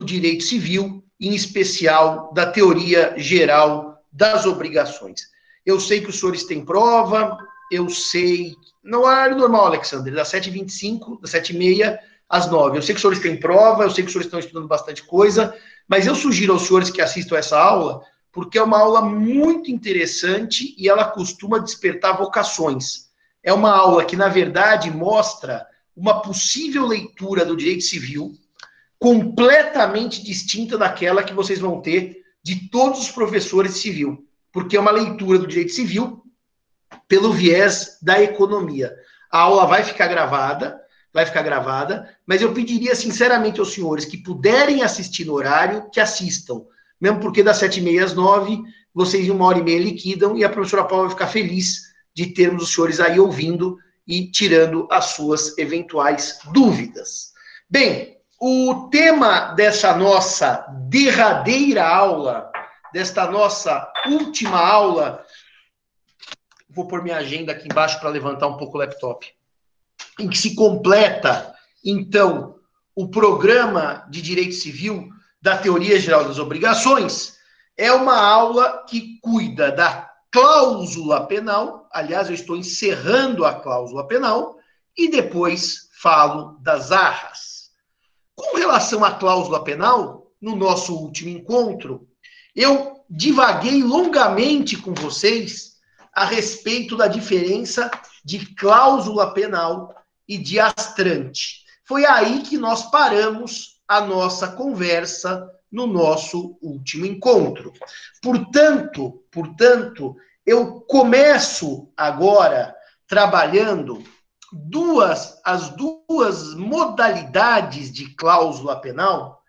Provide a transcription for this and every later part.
direito civil, em especial da teoria geral das obrigações. Eu sei que os senhores têm prova, eu sei... No horário normal, Alexandre, das 7h25, das 7h30 às 9h. Eu sei que os senhores têm prova, eu sei que os senhores estão estudando bastante coisa, mas eu sugiro aos senhores que assistam essa aula, porque é uma aula muito interessante e ela costuma despertar vocações. É uma aula que, na verdade, mostra uma possível leitura do direito civil completamente distinta daquela que vocês vão ter de todos os professores de civil, porque é uma leitura do direito civil pelo viés da economia. A aula vai ficar gravada, mas eu pediria sinceramente aos senhores que puderem assistir no horário, que assistam, mesmo porque das 7h30 às 9h, vocês em 1h30 liquidam e a professora Paula vai ficar feliz de termos os senhores aí ouvindo e tirando as suas eventuais dúvidas. Bem, o tema dessa nossa derradeira aula, desta nossa última aula, vou pôr minha agenda aqui embaixo para levantar um pouco o laptop, em que se completa, então, o programa de direito civil da teoria geral das obrigações, é uma aula que cuida da cláusula penal, aliás, eu estou encerrando a cláusula penal, e depois falo das arras. Com relação à cláusula penal, no nosso último encontro, eu divaguei longamente com vocês a respeito da diferença de cláusula penal e de astrante. Foi aí que nós paramos a nossa conversa no nosso último encontro. Portanto, eu começo agora trabalhando as duas modalidades de cláusula penal,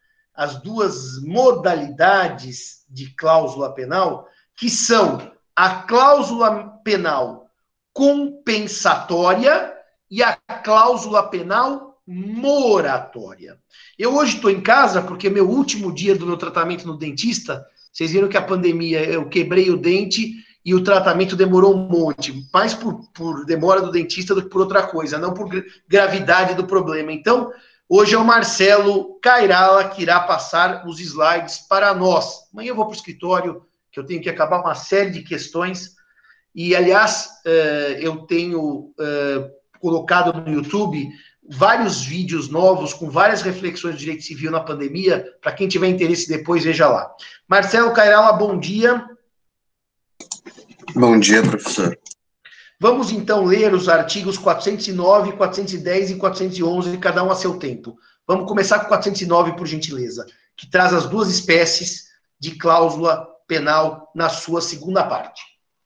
que são a cláusula penal compensatória e a cláusula penal moratória. Eu hoje estou em casa porque meu último dia do meu tratamento no dentista, vocês viram que a pandemia, eu quebrei o dente e o tratamento demorou um monte, mais por demora do dentista do que por outra coisa, não por gravidade do problema. Então, hoje é o Marcelo Cairala que irá passar os slides para nós. Amanhã eu vou para o escritório, que eu tenho que acabar uma série de questões, e, aliás, eu tenho colocado no YouTube vários vídeos novos com várias reflexões de direito civil na pandemia, para quem tiver interesse depois, veja lá. Marcelo Cairala, bom dia. Bom dia, professor. Vamos, então, ler os artigos 409, 410 e 411, cada um a seu tempo. Vamos começar com 409, por gentileza, que traz as duas espécies de cláusula penal na sua segunda parte.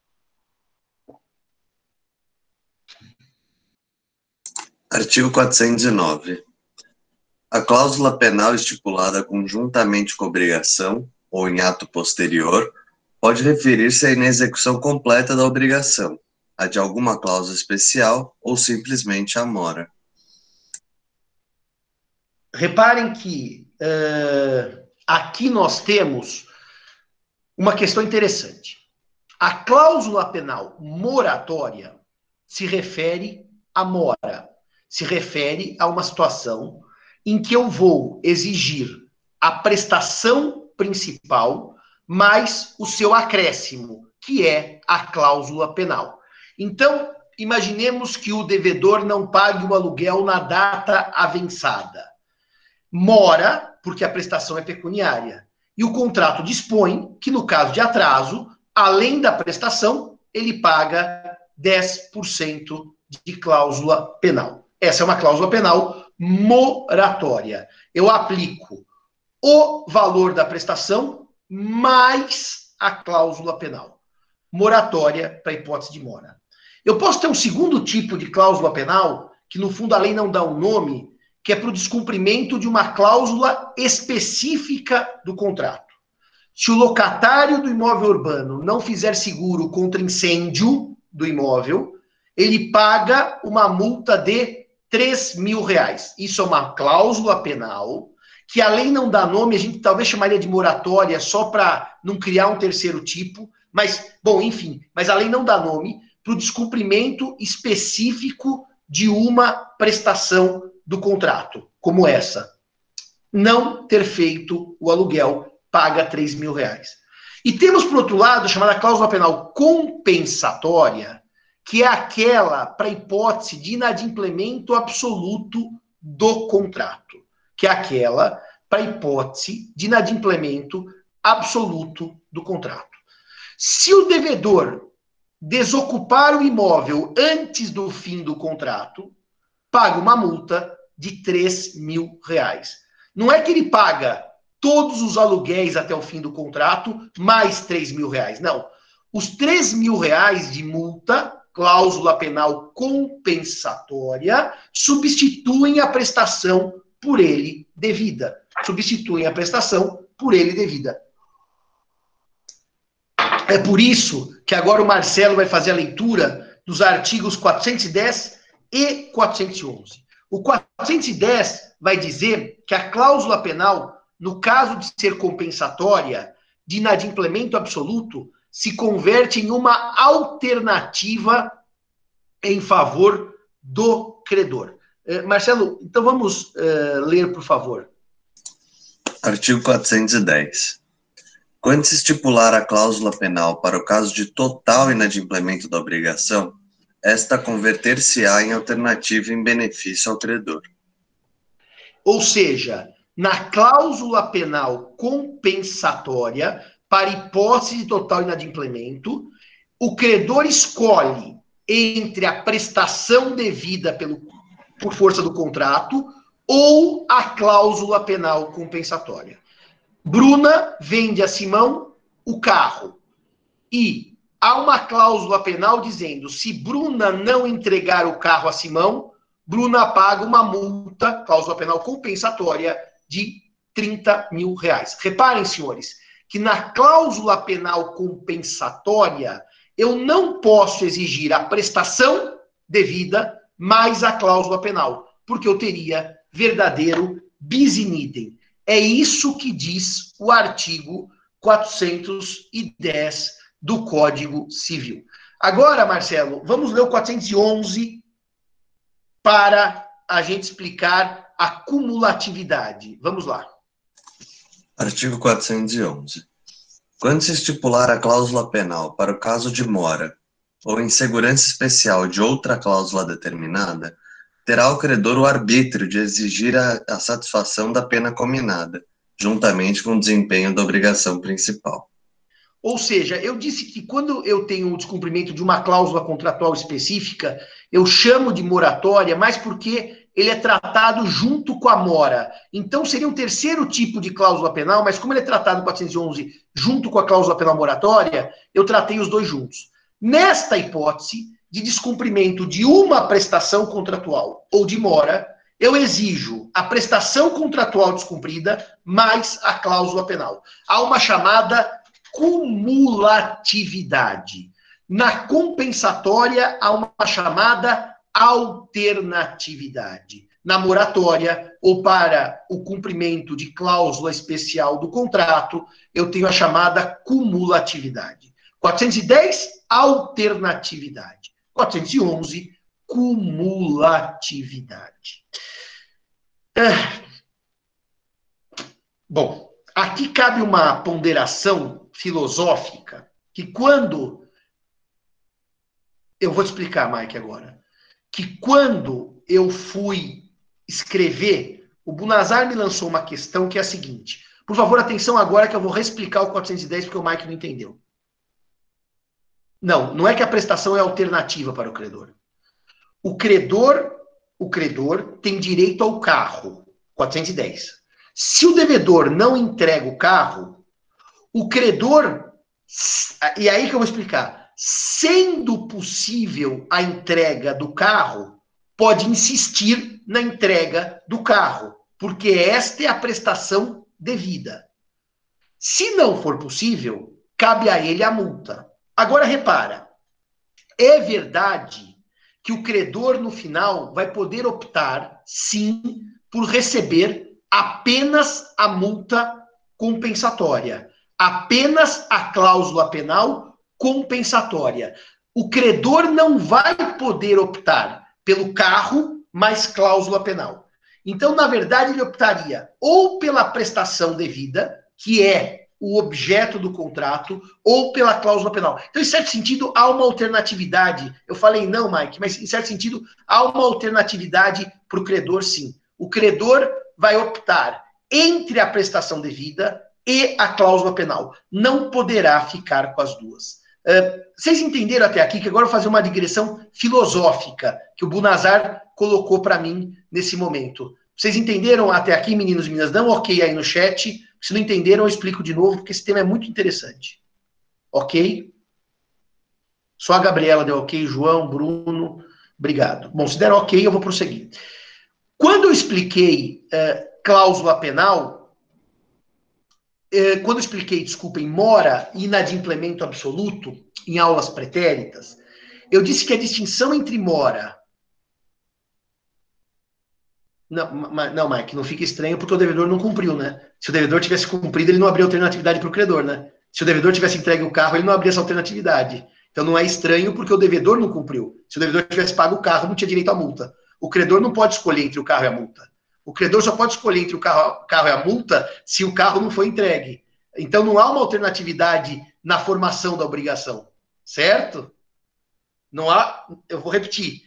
Artigo 409. A cláusula penal estipulada conjuntamente com obrigação ou em ato posterior pode referir-se à inexecução completa da obrigação, a de alguma cláusula especial ou simplesmente à mora. Reparem que aqui nós temos uma questão interessante. A cláusula penal moratória se refere à mora, se refere a uma situação em que eu vou exigir a prestação principal mais o seu acréscimo, que é a cláusula penal. Então, imaginemos que o devedor não pague o aluguel na data avançada. Mora, porque a prestação é pecuniária. E o contrato dispõe que, no caso de atraso, além da prestação, ele paga 10% de cláusula penal. Essa é uma cláusula penal moratória. Eu aplico o valor da prestação mais a cláusula penal. Moratória para a hipótese de mora. Eu posso ter um segundo tipo de cláusula penal, que no fundo a lei não dá um nome, que é para o descumprimento de uma cláusula específica do contrato. Se o locatário do imóvel urbano não fizer seguro contra incêndio do imóvel, ele paga uma multa de R$3.000. Isso é uma cláusula penal que a lei não dá nome, a gente talvez chamaria de moratória só para não criar um terceiro tipo, mas, bom, enfim, mas a lei não dá nome para o descumprimento específico de uma prestação do contrato, como essa. não ter feito o aluguel, paga R$3.000. E temos, por outro lado, a chamada cláusula penal compensatória, que é aquela para hipótese de inadimplemento absoluto do contrato, que é aquela para hipótese de inadimplemento absoluto do contrato. Se o devedor desocupar o imóvel antes do fim do contrato, paga uma multa de R$3.000. Não é que ele paga todos os aluguéis até o fim do contrato, mais R$3.000. Não. Os R$3.000 de multa, cláusula penal compensatória, substituem a prestação por ele devida. Substituem a prestação por ele devida. É por isso que agora o Marcelo vai fazer a leitura dos artigos 410 e 411. O 410 vai dizer que a cláusula penal, no caso de ser compensatória, de inadimplemento absoluto, se converte em uma alternativa em favor do credor. Marcelo, então vamos ler, por favor. Artigo 410. Quando se estipular a cláusula penal para o caso de total inadimplemento da obrigação, esta converter-se-á em alternativa em benefício ao credor. Ou seja, na cláusula penal compensatória, para hipótese de total inadimplemento, o credor escolhe entre a prestação devida por força do contrato ou a cláusula penal compensatória. Bruna vende a Simão o carro e há uma cláusula penal dizendo: se Bruna não entregar o carro a Simão, Bruna paga uma multa, cláusula penal compensatória, de R$30.000. Reparem, senhores, que na cláusula penal compensatória eu não posso exigir a prestação devida mais a cláusula penal, porque eu teria verdadeiro bis in idem. É isso que diz o artigo 410 do Código Civil. Agora, Marcelo, vamos ler o 411 para a gente explicar a cumulatividade. Vamos lá. Artigo 411. Quando se estipular a cláusula penal para o caso de mora ou insegurança especial de outra cláusula determinada, terá o credor o arbítrio de exigir a satisfação da pena cominada, juntamente com o desempenho da obrigação principal. Ou seja, eu disse que quando eu tenho o descumprimento de uma cláusula contratual específica, eu chamo de moratória, mas porque ele é tratado junto com a mora. Então, seria um terceiro tipo de cláusula penal, mas como ele é tratado no 411 junto com a cláusula penal moratória, eu tratei os dois juntos. Nesta hipótese de descumprimento de uma prestação contratual ou de mora, eu exijo a prestação contratual descumprida mais a cláusula penal. Há uma chamada cumulatividade. Na compensatória, há uma chamada alternatividade. Na moratória, ou para o cumprimento de cláusula especial do contrato, eu tenho a chamada cumulatividade. 410, alternatividade. 411, cumulatividade. Bom, aqui cabe uma ponderação filosófica que quando... Eu vou te explicar, Mike, agora. Que quando eu fui escrever, o Bunazar me lançou uma questão que é a seguinte. Por favor, atenção agora que eu vou reexplicar o 410 porque o Mike não entendeu. Não é que a prestação é alternativa para o credor. O credor tem direito ao carro, 410. Se o devedor não entrega o carro, o credor, e aí que eu vou explicar, sendo possível a entrega do carro, pode insistir na entrega do carro, porque esta é a prestação devida. Se não for possível, cabe a ele a multa. Agora, repara, é verdade que o credor, no final, vai poder optar, sim, por receber apenas a multa compensatória, apenas a cláusula penal compensatória. O credor não vai poder optar pelo carro mais cláusula penal. Então, na verdade, ele optaria ou pela prestação devida, que é o objeto do contrato, ou pela cláusula penal. Então, em certo sentido, há uma alternatividade. Eu falei não, Mike, mas em certo sentido, há uma alternatividade para o credor, sim. O credor vai optar entre a prestação devida e a cláusula penal. Não poderá ficar com as duas. Vocês entenderam até aqui que agora eu vou fazer uma digressão filosófica que o Bunazar colocou para mim nesse momento. Vocês entenderam até aqui, meninos e meninas? Dão ok aí no chat. Se não entenderam, eu explico de novo, porque esse tema é muito interessante. Ok? Só a Gabriela deu ok, João, Bruno, obrigado. Bom, se der ok, eu vou prosseguir. Quando eu expliquei cláusula penal, quando eu expliquei, desculpem, mora e inadimplemento absoluto, em aulas pretéritas, eu disse que a distinção entre mora... Não, Mike, não fica estranho porque o devedor não cumpriu, né? Se o devedor tivesse cumprido, ele não abria alternatividade para o credor, né? Se o devedor tivesse entregue o carro, ele não abria essa alternatividade. Então não é estranho porque o devedor não cumpriu. Se o devedor tivesse pago o carro, não tinha direito à multa. O credor não pode escolher entre o carro e a multa. O credor só pode escolher entre o carro e a multa se o carro não foi entregue. Então não há uma alternatividade na formação da obrigação, certo? Não há, eu vou repetir.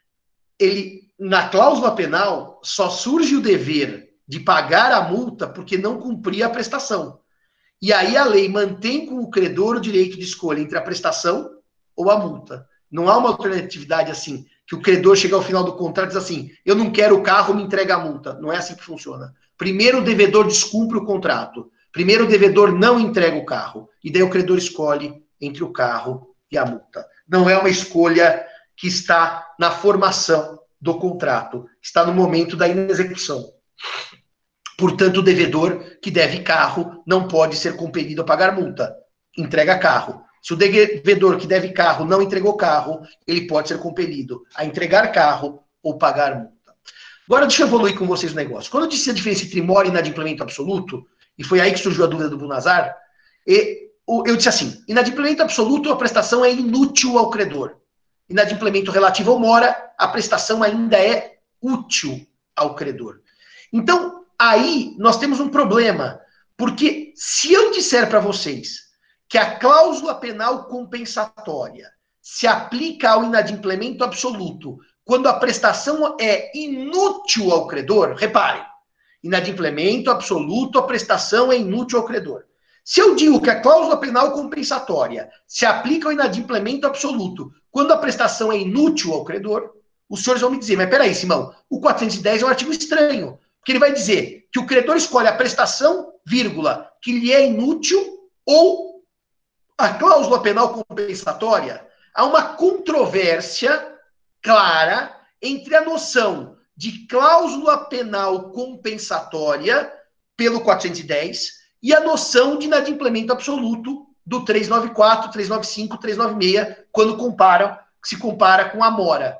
Na cláusula penal, só surge o dever de pagar a multa porque não cumpria a prestação. E aí a lei mantém com o credor o direito de escolha entre a prestação ou a multa. Não há uma alternatividade assim, que o credor chega ao final do contrato e diz assim, eu não quero o carro, me entrega a multa. Não é assim que funciona. Primeiro o devedor descumpre o contrato. Primeiro o devedor não entrega o carro. E daí o credor escolhe entre o carro e a multa. Não é uma escolha que está na formação do contrato, está no momento da inexecução. Portanto, o devedor que deve carro não pode ser compelido a pagar multa. Entrega carro. Se o devedor que deve carro não entregou carro, ele pode ser compelido a entregar carro ou pagar multa. Agora, deixa eu evoluir com vocês o negócio. Quando eu disse a diferença entre mora e inadimplemento absoluto, e foi aí que surgiu a dúvida do Bunazar, eu disse assim, inadimplemento absoluto, a prestação é inútil ao credor. Inadimplemento relativo ao mora, a prestação ainda é útil ao credor. Então, aí nós temos um problema, porque se eu disser para vocês que a cláusula penal compensatória se aplica ao inadimplemento absoluto quando a prestação é inútil ao credor, reparem, inadimplemento absoluto, a prestação é inútil ao credor. Se eu digo que a cláusula penal compensatória se aplica ao inadimplemento absoluto quando a prestação é inútil ao credor, os senhores vão me dizer, mas peraí, Simão, o 410 é um artigo estranho, porque ele vai dizer que o credor escolhe a prestação, vírgula, que lhe é inútil ou a cláusula penal compensatória. Há uma controvérsia clara entre a noção de cláusula penal compensatória pelo 410 e a noção de inadimplemento absoluto do 394, 395, 396, quando se compara com a mora.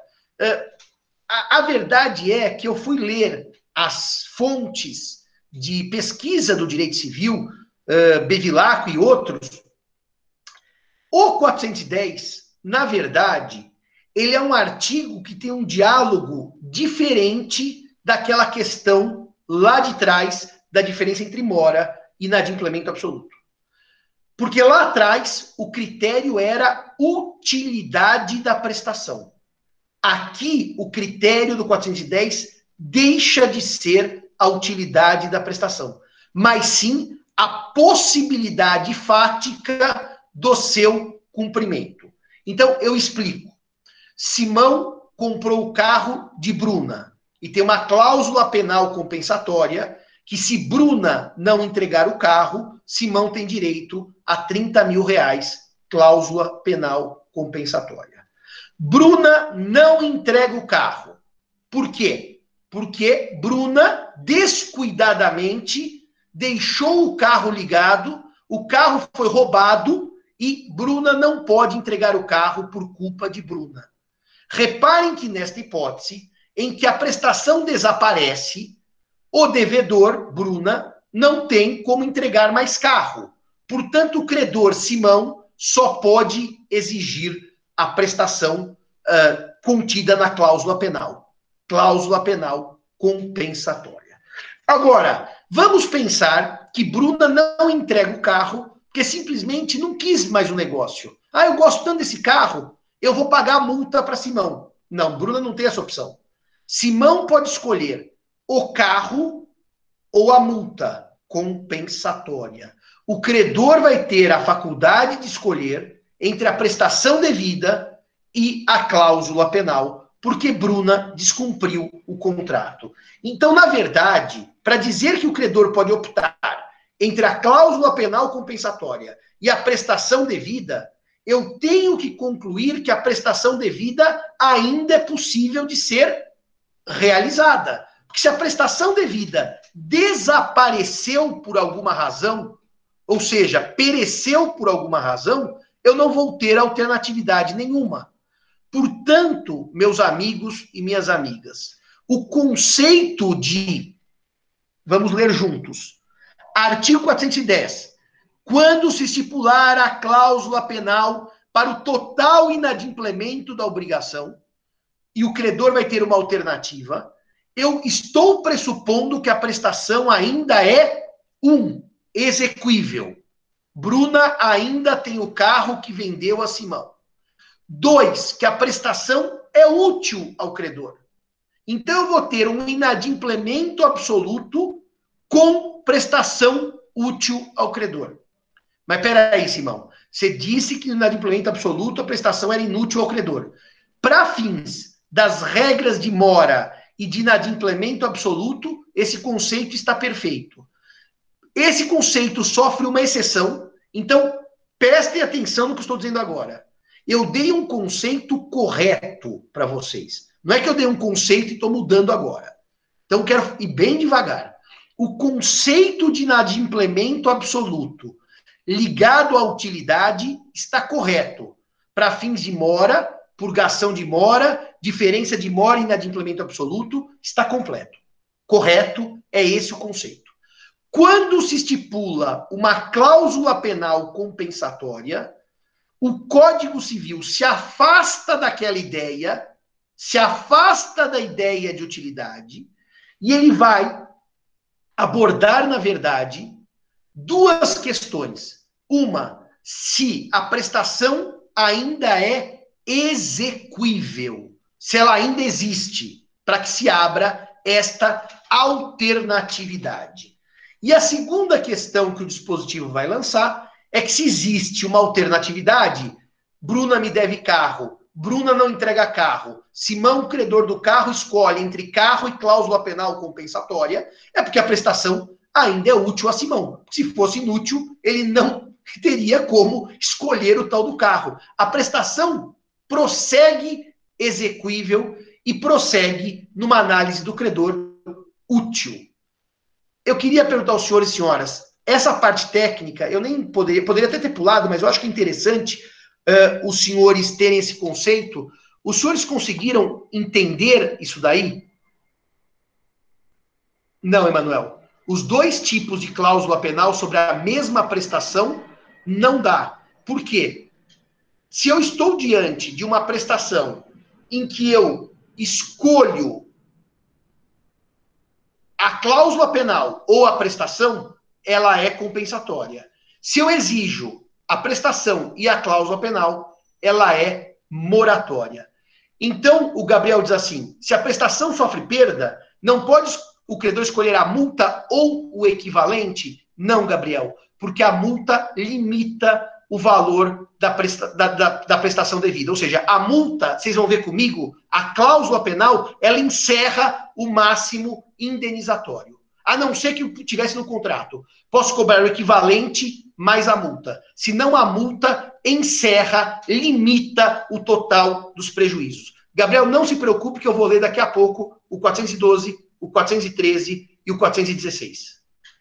A verdade é que eu fui ler as fontes de pesquisa do direito civil, Bevilacqua e outros. O 410, na verdade, ele é um artigo que tem um diálogo diferente daquela questão lá de trás da diferença entre mora e inadimplemento absoluto. Porque lá atrás o critério era utilidade da prestação. Aqui o critério do 410 deixa de ser a utilidade da prestação, mas sim a possibilidade fática do seu cumprimento. Então eu explico. Simão comprou o carro de Bruna e tem uma cláusula penal compensatória que se Bruna não entregar o carro, Simão tem direito a 30 mil reais, cláusula penal compensatória. Bruna não entrega o carro. Por quê? Porque Bruna, descuidadamente, deixou o carro ligado, o carro foi roubado e Bruna não pode entregar o carro por culpa de Bruna. Reparem que nesta hipótese, em que a prestação desaparece, o devedor, Bruna, não tem como entregar mais carro. Portanto, o credor, Simão, só pode exigir a prestação contida na cláusula penal. Cláusula penal compensatória. Agora, vamos pensar que Bruna não entrega o carro porque simplesmente não quis mais o negócio. Ah, eu gosto tanto desse carro, eu vou pagar a multa para Simão. Não, Bruna não tem essa opção. Simão pode escolher o carro ou a multa compensatória. O credor vai ter a faculdade de escolher entre a prestação devida e a cláusula penal, porque Bruna descumpriu o contrato. Então, na verdade, para dizer que o credor pode optar entre a cláusula penal compensatória e a prestação devida, eu tenho que concluir que a prestação devida ainda é possível de ser realizada. Porque se a prestação devida desapareceu por alguma razão, ou seja, pereceu por alguma razão, eu não vou ter alternatividade nenhuma. Portanto, meus amigos e minhas amigas, o conceito de, vamos ler juntos, artigo 410, quando se estipular a cláusula penal para o total inadimplemento da obrigação, e o credor vai ter uma alternativa, eu estou pressupondo que a prestação ainda é exequível. Bruna ainda tem o carro que vendeu a Simão. 2, que a prestação é útil ao credor. Então eu vou ter um inadimplemento absoluto com prestação útil ao credor. Mas peraí, Simão, você disse que no inadimplemento absoluto a prestação era inútil ao credor. Para fins das regras de mora e de inadimplemento absoluto, esse conceito está perfeito. Esse conceito sofre uma exceção, então prestem atenção no que eu estou dizendo agora. Eu dei um conceito correto para vocês. Não é que eu dei um conceito e estou mudando agora. Então quero ir bem devagar. O conceito de inadimplemento absoluto ligado à utilidade está correto. Para fins de mora, purgação de mora, diferença de mora e inadimplemento absoluto, está completo. Correto, é esse o conceito. Quando se estipula uma cláusula penal compensatória, o Código Civil se afasta daquela ideia, se afasta da ideia de utilidade, e ele vai abordar, na verdade, duas questões. Uma, se a prestação ainda é exequível, se ela ainda existe, para que se abra esta alternatividade. E a segunda questão que o dispositivo vai lançar é que se existe uma alternatividade, Bruna me deve carro, Bruna não entrega carro, Simão, credor do carro, escolhe entre carro e cláusula penal compensatória, é porque a prestação ainda é útil a Simão. Se fosse inútil, ele não teria como escolher o tal do carro. A prestação prossegue exequível e prossegue numa análise do credor útil. Eu queria perguntar aos senhores e senhoras, essa parte técnica, eu nem poderia até ter pulado, mas eu acho que é interessante os senhores terem esse conceito. Os senhores conseguiram entender isso daí? Não, Emanuel. Os dois tipos de cláusula penal sobre a mesma prestação não dá. Por quê? Se eu estou diante de uma prestação em que eu escolho a cláusula penal ou a prestação, ela é compensatória. Se eu exijo a prestação e a cláusula penal, ela é moratória. Então, o Gabriel diz assim, se a prestação sofre perda, não pode o credor escolher a multa ou o equivalente? Não, Gabriel, porque a multa limita o valor da prestação devida. Ou seja, a multa, vocês vão ver comigo, a cláusula penal, ela encerra o máximo indenizatório. A não ser que tivesse no contrato. Posso cobrar o equivalente mais a multa. Senão a multa encerra, limita o total dos prejuízos. Gabriel, não se preocupe que eu vou ler daqui a pouco o 412, o 413 e o 416.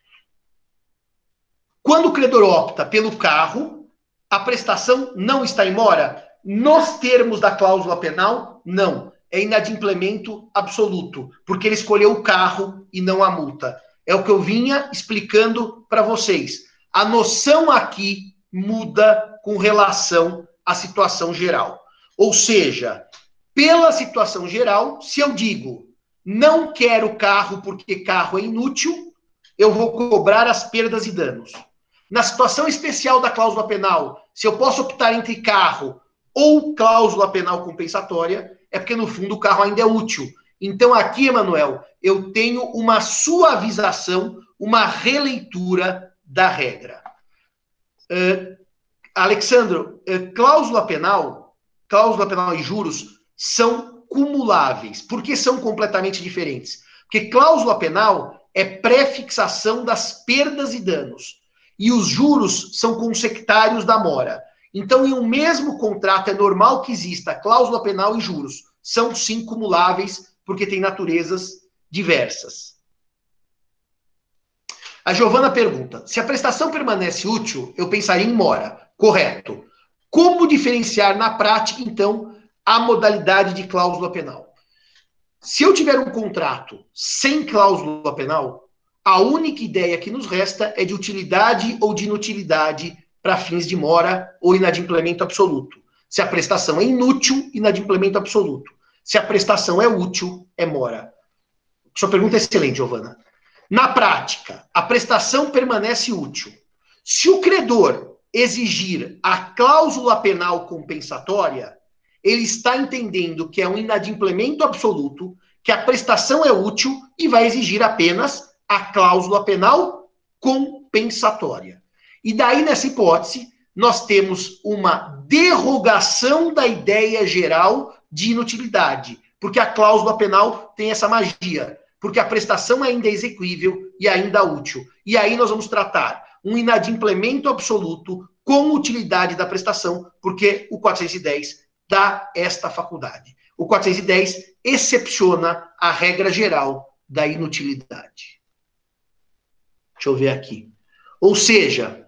Quando o credor opta pelo carro, a prestação não está em mora? Nos termos da cláusula penal, não. É inadimplemento absoluto, porque ele escolheu o carro e não a multa. É o que eu vinha explicando para vocês. A noção aqui muda com relação à situação geral. Ou seja, pela situação geral, se eu digo não quero carro porque carro é inútil, eu vou cobrar as perdas e danos. Na situação especial da cláusula penal, se eu posso optar entre carro ou cláusula penal compensatória, é porque, no fundo, o carro ainda é útil. Então, aqui, Emanuel, eu tenho uma suavização, uma releitura da regra. Alexandro, cláusula penal e juros são cumuláveis. Por que são completamente diferentes? Porque cláusula penal é pré-fixação das perdas e danos. E os juros são consectários da mora. Então, em um mesmo contrato, é normal que exista cláusula penal e juros. São, sim, cumuláveis, porque têm naturezas diversas. A Giovana pergunta, se a prestação permanece útil, eu pensaria em mora. Correto. Como diferenciar na prática, então, a modalidade de cláusula penal? Se eu tiver um contrato sem cláusula penal, a única ideia que nos resta é de utilidade ou de inutilidade para fins de mora ou inadimplemento absoluto. Se a prestação é inútil, inadimplemento absoluto. Se a prestação é útil, é mora. Sua pergunta é excelente, Giovana. Na prática, a prestação permanece útil. Se o credor exigir a cláusula penal compensatória, ele está entendendo que é um inadimplemento absoluto, que a prestação é útil e vai exigir apenas a cláusula penal compensatória. E daí, nessa hipótese, nós temos uma derrogação da ideia geral de inutilidade, porque a cláusula penal tem essa magia, porque a prestação ainda é exequível e ainda útil. E aí nós vamos tratar um inadimplemento absoluto com utilidade da prestação, porque o 410 dá esta faculdade. O 410 excepciona a regra geral da inutilidade. Deixa eu ver aqui. Ou seja,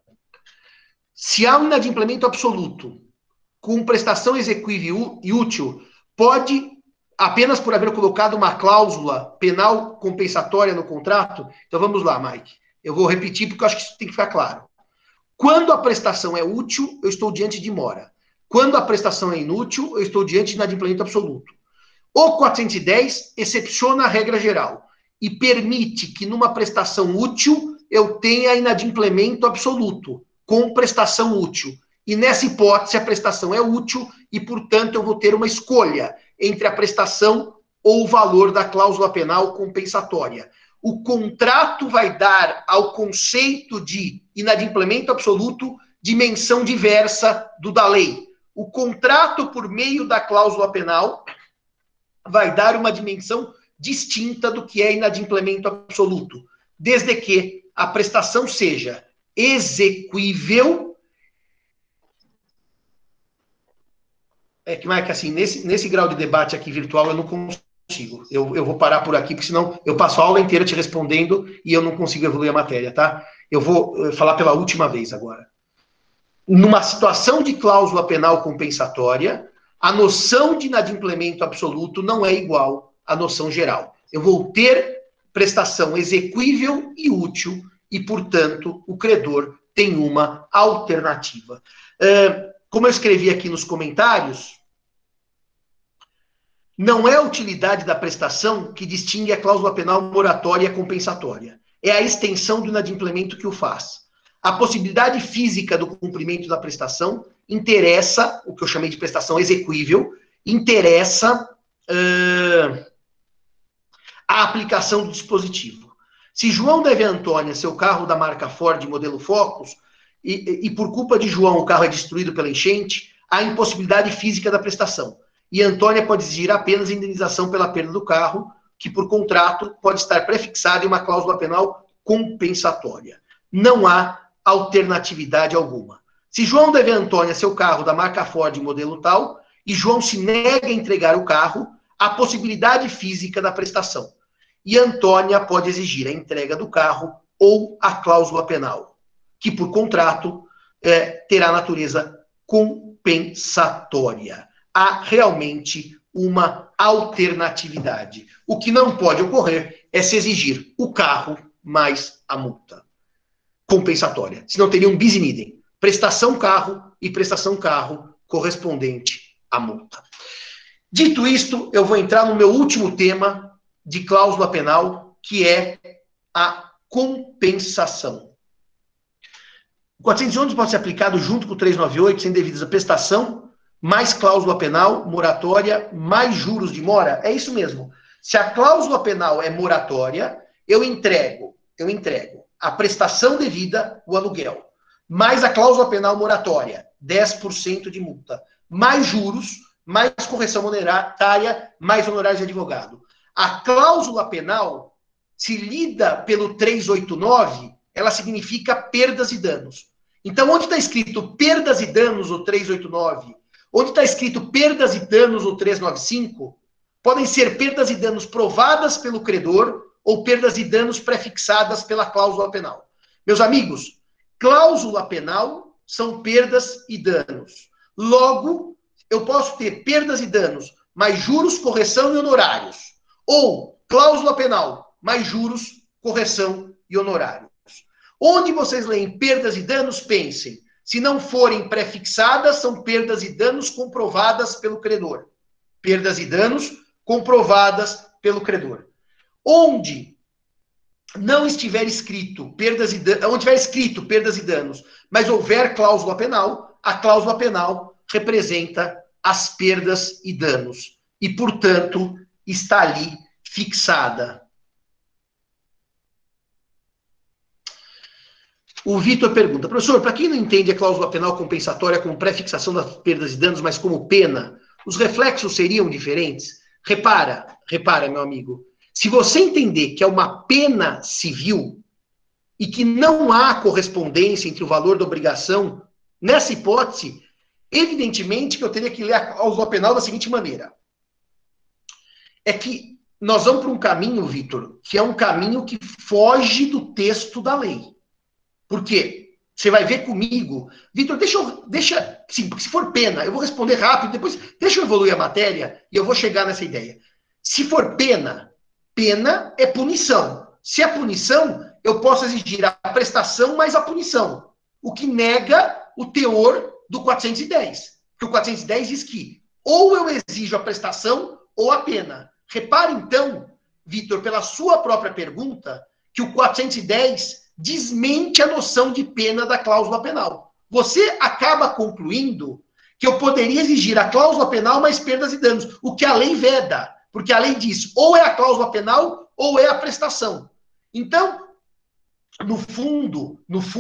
se há um inadimplemento absoluto com prestação exequível e útil, pode, apenas por haver colocado uma cláusula penal compensatória no contrato. Então vamos lá, Mike. Eu vou repetir porque eu acho que isso tem que ficar claro. Quando a prestação é útil, eu estou diante de mora. Quando a prestação é inútil, eu estou diante de inadimplemento absoluto. O 410 excepciona a regra geral e permite que numa prestação útil eu tenha inadimplemento absoluto, com prestação útil. E nessa hipótese a prestação é útil e, portanto, eu vou ter uma escolha entre a prestação ou o valor da cláusula penal compensatória. O contrato vai dar ao conceito de inadimplemento absoluto dimensão diversa do da lei. O contrato, por meio da cláusula penal, vai dar uma dimensão distinta do que é inadimplemento absoluto, desde que a prestação seja exequível. É que, Mike, assim, nesse grau de debate aqui virtual, eu não consigo. Eu vou parar por aqui, porque senão eu passo a aula inteira te respondendo e eu não consigo evoluir a matéria, tá? Eu vou falar pela última vez agora. Numa situação de cláusula penal compensatória, a noção de inadimplemento absoluto não é igual à noção geral. Eu vou ter prestação exequível e útil e, portanto, o credor tem uma alternativa. Como eu escrevi aqui nos comentários, não é a utilidade da prestação que distingue a cláusula penal moratória e compensatória. É a extensão do inadimplemento que o faz. A possibilidade física do cumprimento da prestação interessa, o que eu chamei de prestação exequível, interessa a aplicação do dispositivo. Se João deve a Antônia seu carro da marca Ford modelo Focus, e por culpa de João o carro é destruído pela enchente, há impossibilidade física da prestação. E Antônia pode exigir apenas indenização pela perda do carro, que por contrato pode estar prefixada em uma cláusula penal compensatória. Não há alternatividade alguma. Se João deve a Antônia seu carro da marca Ford modelo tal, e João se nega a entregar o carro, há possibilidade física da prestação. E Antônia pode exigir a entrega do carro ou a cláusula penal, que por contrato terá natureza compensatória. Há realmente uma alternatividade. O que não pode ocorrer é se exigir o carro mais a multa compensatória. Senão teria um bis in idem. Prestação carro e prestação carro correspondente à multa. Dito isto, eu vou entrar no meu último tema, de cláusula penal, que é a compensação. O 411 pode ser aplicado junto com o 398, sem devidas prestação, mais cláusula penal, moratória, mais juros de mora. É isso mesmo. Se a cláusula penal é moratória, eu entrego a prestação devida, o aluguel, mais a cláusula penal moratória, 10% de multa, mais juros, mais correção monetária, mais honorários de advogado. A cláusula penal, se lida pelo 389, ela significa perdas e danos. Então, onde está escrito perdas e danos, o 389, onde está escrito perdas e danos, o 395, podem ser perdas e danos provadas pelo credor ou perdas e danos prefixadas pela cláusula penal. Meus amigos, cláusula penal são perdas e danos. Logo, eu posso ter perdas e danos, mais juros, correção e honorários. Ou cláusula penal, mais juros, correção e honorários. Onde vocês leem perdas e danos, pensem. Se não forem prefixadas, são perdas e danos comprovadas pelo credor. Perdas e danos comprovadas pelo credor. Onde não estiver escrito perdas e danos, onde tiver escrito perdas e danos, mas houver cláusula penal, a cláusula penal representa as perdas e danos. E, portanto, está ali fixada. O Vitor pergunta, professor, para quem não entende a cláusula penal compensatória como pré-fixação das perdas e danos, mas como pena, os reflexos seriam diferentes? Repara, meu amigo, se você entender que é uma pena civil e que não há correspondência entre o valor da obrigação, nessa hipótese, evidentemente que eu teria que ler a cláusula penal da seguinte maneira. É que nós vamos para um caminho, Vitor, que é um caminho que foge do texto da lei. Por quê? Você vai ver comigo. Vitor, se for pena, eu vou responder rápido, depois deixa eu evoluir a matéria e eu vou chegar nessa ideia. Se for pena, pena é punição. Se é punição, eu posso exigir a prestação mais a punição, o que nega o teor do 410. Porque o 410 diz que ou eu exijo a prestação ou a pena. Repare, então, Vitor, pela sua própria pergunta, que o 410 desmente a noção de pena da cláusula penal. Você acaba concluindo que eu poderia exigir a cláusula penal mais perdas e danos, o que a lei veda, porque a lei diz ou é a cláusula penal ou é a prestação. Então, no fundo,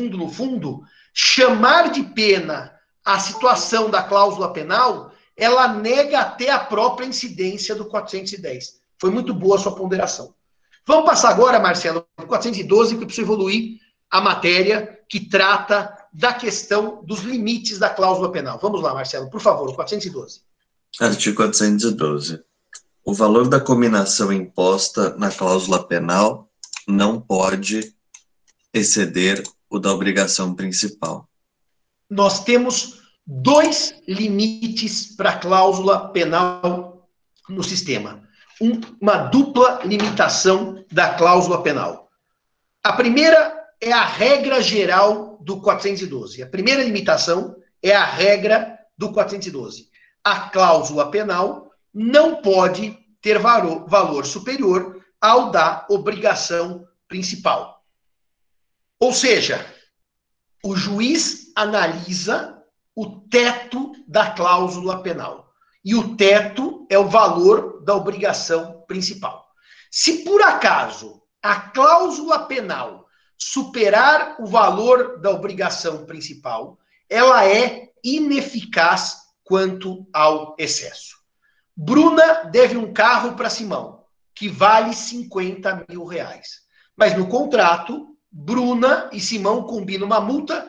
chamar de pena a situação da cláusula penal, ela nega até a própria incidência do 410. Foi muito boa a sua ponderação. Vamos passar agora, Marcelo, para o 412, que eu preciso evoluir a matéria que trata da questão dos limites da cláusula penal. Vamos lá, Marcelo, por favor, 412. Artigo 412. O valor da cominação imposta na cláusula penal não pode exceder o da obrigação principal. Nós temos dois limites para a cláusula penal no sistema. Uma dupla limitação da cláusula penal. A primeira é a regra geral do 412. A primeira limitação é a regra do 412. A cláusula penal não pode ter valor superior ao da obrigação principal. Ou seja, o juiz analisa o teto da cláusula penal. E o teto é o valor da obrigação principal. Se por acaso a cláusula penal superar o valor da obrigação principal, ela é ineficaz quanto ao excesso. Bruna deve um carro para Simão, que vale 50 mil reais. Mas no contrato, Bruna e Simão combinam uma multa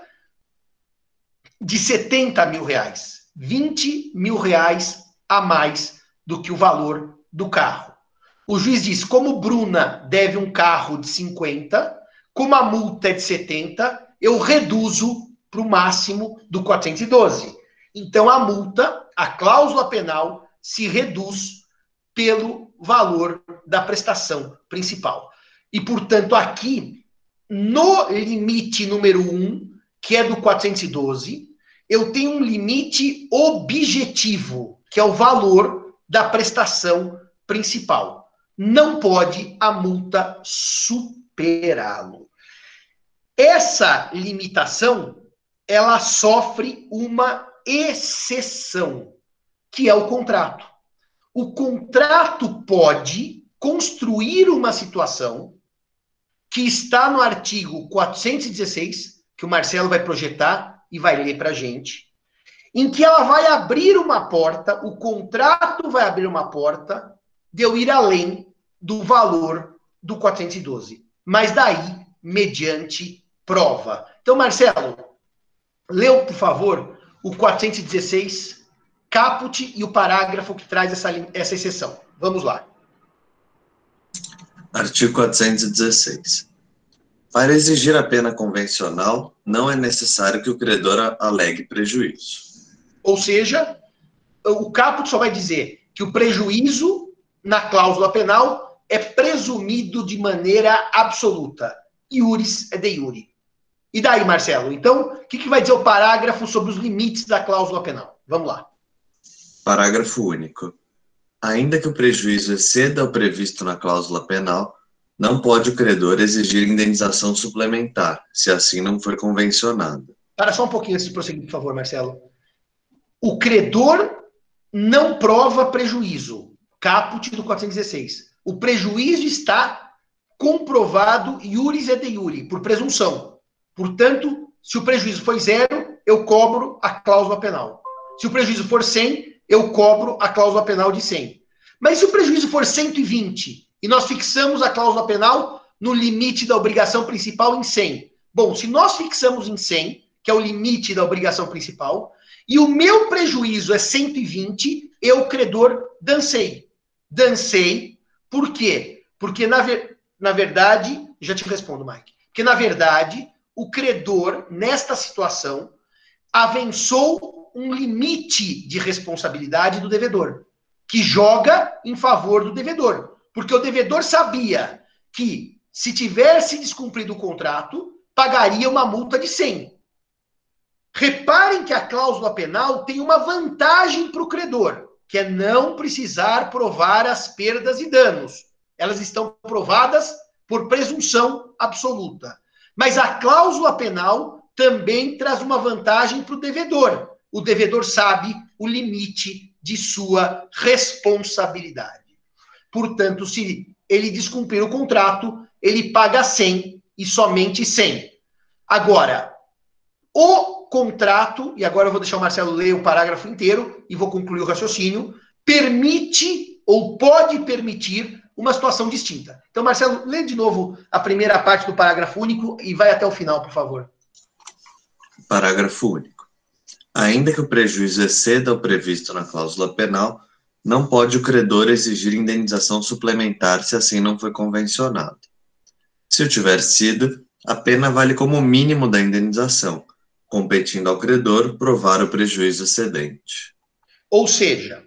de 70 mil reais. 20 mil reais a mais do que o valor do carro. O juiz diz, como Bruna deve um carro de 50, como a multa é de 70, eu reduzo para o máximo do 412. Então, a multa, a cláusula penal, se reduz pelo valor da prestação principal. E, portanto, aqui, no limite número 1, que é do 412, eu tenho um limite objetivo, que é o valor da prestação principal. não pode a multa superá-lo. Essa limitação, ela sofre uma exceção, que é o contrato. O contrato pode construir uma situação que está no artigo 416, que o Marcelo vai projetar e vai ler para a gente, em que ela vai abrir uma porta, o contrato vai abrir uma porta de eu ir além do valor do 412. Mas daí, mediante prova. Então, Marcelo, leu, por favor, o 416, caput e o parágrafo que traz essa exceção. Vamos lá. Artigo 416. Para exigir a pena convencional, não é necessário que o credor alegue prejuízo. Ou seja, o caput só vai dizer que o prejuízo na cláusula penal é presumido de maneira absoluta. Iuris é de iure. E daí, Marcelo? Então, o que vai dizer o parágrafo sobre os limites da cláusula penal? Vamos lá. Parágrafo único. Ainda que o prejuízo exceda o previsto na cláusula penal, não pode o credor exigir indenização suplementar, se assim não for convencionado. Para só um pouquinho antes de prosseguir, por favor, Marcelo. O credor não prova prejuízo. Caput do 416. O prejuízo está comprovado iuris et de iure, por presunção. Portanto, se o prejuízo for 0, eu cobro a cláusula penal. Se o prejuízo for 100, eu cobro a cláusula penal de 100. Mas se o prejuízo for 120 e nós fixamos a cláusula penal no limite da obrigação principal em 100. Bom, se nós fixamos em 100, que é o limite da obrigação principal, e o meu prejuízo é 120, eu, credor, dancei. Dancei, por quê? Porque, na verdade, já te respondo, Mike. Porque, na verdade, o credor, nesta situação, avançou um limite de responsabilidade do devedor, que joga em favor do devedor. Porque o devedor sabia que, se tivesse descumprido o contrato, pagaria uma multa de 100. Reparem que a cláusula penal tem uma vantagem para o credor, que é não precisar provar as perdas e danos. Elas estão provadas por presunção absoluta. Mas a cláusula penal também traz uma vantagem para o devedor. O devedor sabe o limite de sua responsabilidade. Portanto, se ele descumprir o contrato, ele paga 100 e somente 100. Agora, o contrato, e agora eu vou deixar o Marcelo ler o parágrafo inteiro e vou concluir o raciocínio, permite ou pode permitir uma situação distinta. Então, Marcelo, lê de novo a primeira parte do parágrafo único e vai até o final, por favor. Parágrafo único. Ainda que o prejuízo exceda o previsto na cláusula penal, não pode o credor exigir indenização suplementar se assim não foi convencionado. Se o tiver sido, a pena vale como mínimo da indenização, competindo ao credor provar o prejuízo excedente. Ou seja,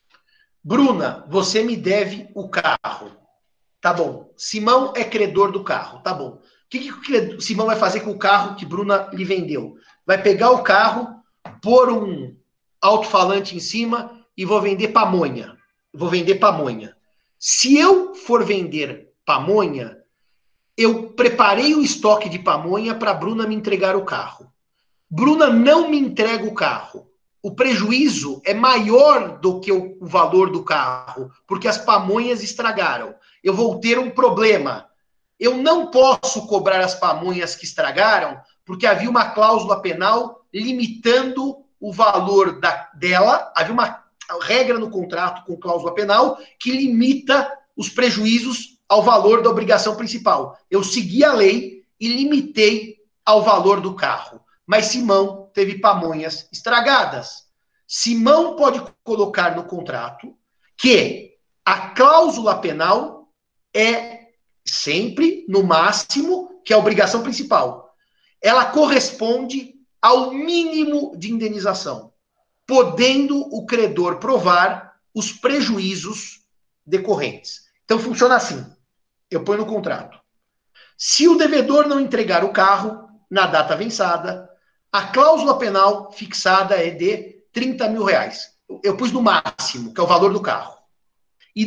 Bruna, você me deve o carro. Tá bom. Simão é credor do carro. Tá bom. O que o Simão vai fazer com o carro que Bruna lhe vendeu? Vai pegar o carro, pôr um alto-falante em cima e vou vender pamonha. Vou vender pamonha. Se eu for vender pamonha, eu preparei o estoque de pamonha para Bruna me entregar o carro. Bruna não me entrega o carro. O prejuízo é maior do que o valor do carro, porque as pamonhas estragaram. Eu vou ter um problema. Eu não posso cobrar as pamonhas que estragaram, porque havia uma cláusula penal limitando o valor dela. Havia uma regra no contrato com cláusula penal que limita os prejuízos ao valor da obrigação principal. Eu segui a lei e limitei ao valor do carro. Mas Simão teve pamonhas estragadas. Simão pode colocar no contrato que a cláusula penal é sempre, no máximo, que é a obrigação principal. Ela corresponde ao mínimo de indenização, podendo o credor provar os prejuízos decorrentes. Então funciona assim. Eu ponho no contrato. Se o devedor não entregar o carro na data vencida, a cláusula penal fixada é de 30 mil reais. Eu pus no máximo, que é o valor do carro. E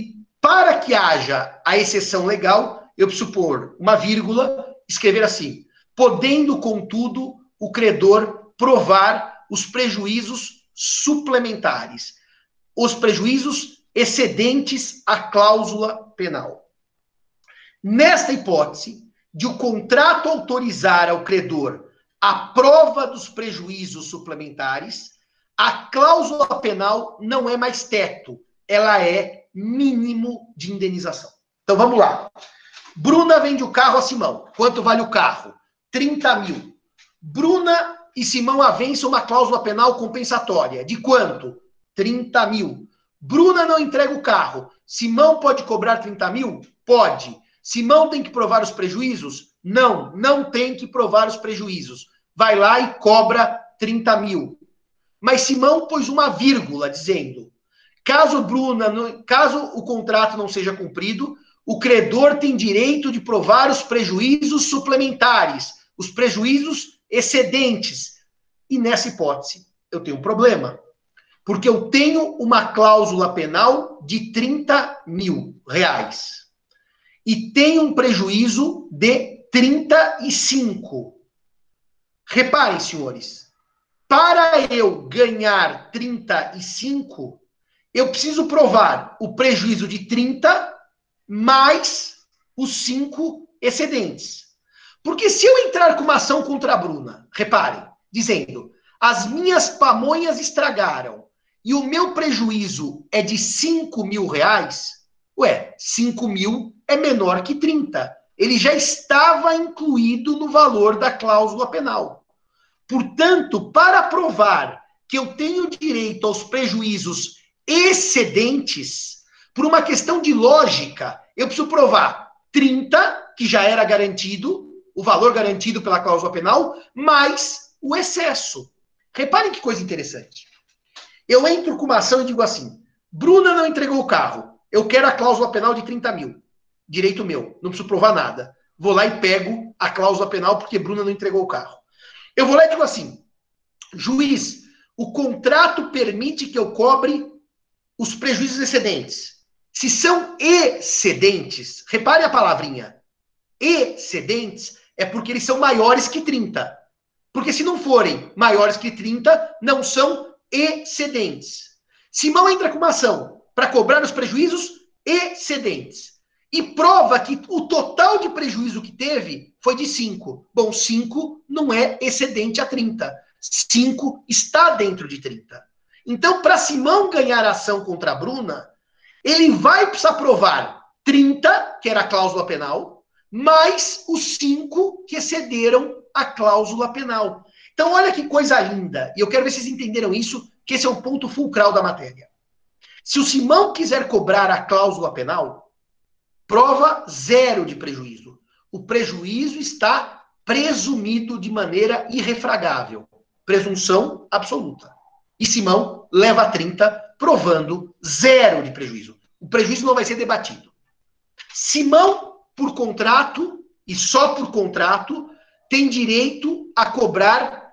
Para que haja a exceção legal, eu preciso pôr uma vírgula, escrever assim: podendo, contudo, o credor provar os prejuízos suplementares, os prejuízos excedentes à cláusula penal. Nesta hipótese, de o contrato autorizar ao credor a prova dos prejuízos suplementares, a cláusula penal não é mais teto, ela é mínimo de indenização. Então vamos lá. Bruna vende o carro a Simão. Quanto vale o carro? 30 mil. Bruna e Simão avançam uma cláusula penal compensatória. De quanto? 30 mil. Bruna não entrega o carro. Simão pode cobrar 30 mil? Pode. Simão tem que provar os prejuízos? Não, não tem que provar os prejuízos. Vai lá e cobra 30 mil. Mas Simão pôs uma vírgula dizendo: caso o contrato não seja cumprido, o credor tem direito de provar os prejuízos suplementares, os prejuízos excedentes. E nessa hipótese, eu tenho um problema. Porque eu tenho uma cláusula penal de 30 mil reais. E tenho um prejuízo de 35. Reparem, senhores, para eu ganhar 35, eu preciso provar o prejuízo de 30 mais os 5 excedentes. Porque se eu entrar com uma ação contra a Bruna, reparem, dizendo: as minhas pamonhas estragaram e o meu prejuízo é de 5 mil reais, 5 mil é menor que 30. Ele já estava incluído no valor da cláusula penal. Portanto, para provar que eu tenho direito aos prejuízos excedentes, por uma questão de lógica, eu preciso provar 30, que já era garantido, o valor garantido pela cláusula penal, mais o excesso. Reparem que coisa interessante. Eu entro com uma ação e digo assim: Bruna não entregou o carro, eu quero a cláusula penal de 30 mil. Direito meu, não preciso provar nada. Vou lá e pego a cláusula penal porque Bruna não entregou o carro. Eu vou lá e digo assim: juiz, o contrato permite que eu cobre os prejuízos excedentes. Se são excedentes, repare a palavrinha, excedentes, é porque eles são maiores que 30. Porque se não forem maiores que 30, não são excedentes. Simão entra com uma ação para cobrar os prejuízos excedentes. E prova que o total de prejuízo que teve foi de 5. Bom, 5 não é excedente a 30. 5 está dentro de 30. Então, para Simão ganhar a ação contra a Bruna, ele vai precisar provar 30, que era a cláusula penal, mais os 5 que excederam a cláusula penal. Então, olha que coisa linda. E eu quero ver se vocês entenderam isso, que esse é o ponto fulcral da matéria. Se o Simão quiser cobrar a cláusula penal, prova 0 de prejuízo. O prejuízo está presumido de maneira irrefragável. Presunção absoluta. E Simão leva 30, provando 0 de prejuízo. O prejuízo não vai ser debatido. Simão, por contrato, e só por contrato, tem direito a cobrar,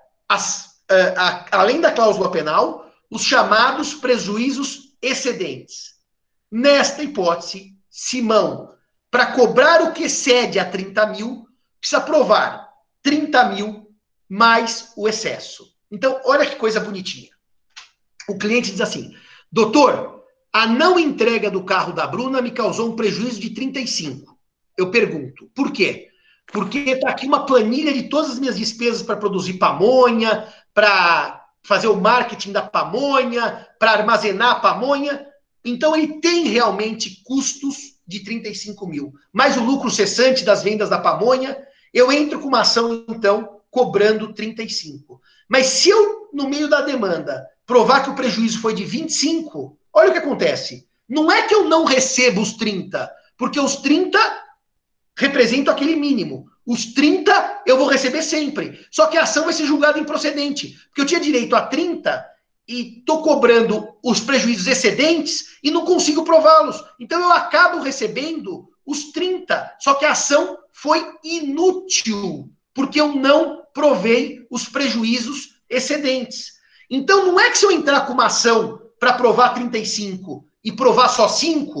além da cláusula penal, os chamados prejuízos excedentes. Nesta hipótese, Simão, para cobrar o que excede a 30 mil, precisa provar 30 mil mais o excesso. Então, olha que coisa bonitinha. O cliente diz assim: doutor, a não entrega do carro da Bruna me causou um prejuízo de 35. Eu pergunto, por quê? Porque está aqui uma planilha de todas as minhas despesas para produzir pamonha, para fazer o marketing da pamonha, para armazenar a pamonha. Então, ele tem realmente custos de 35 mil. Mais o lucro cessante das vendas da pamonha, eu entro com uma ação, então, cobrando 35. Mas se eu, no meio da demanda, provar que o prejuízo foi de 25, olha o que acontece. Não é que eu não recebo os 30, porque os 30 representam aquele mínimo. Os 30 eu vou receber sempre. Só que a ação vai ser julgada improcedente. Porque eu tinha direito a 30 e estou cobrando os prejuízos excedentes e não consigo prová-los. Então eu acabo recebendo os 30. Só que a ação foi inútil, porque eu não provei os prejuízos excedentes. Então não é que se eu entrar com uma ação para provar 35 e provar só 5,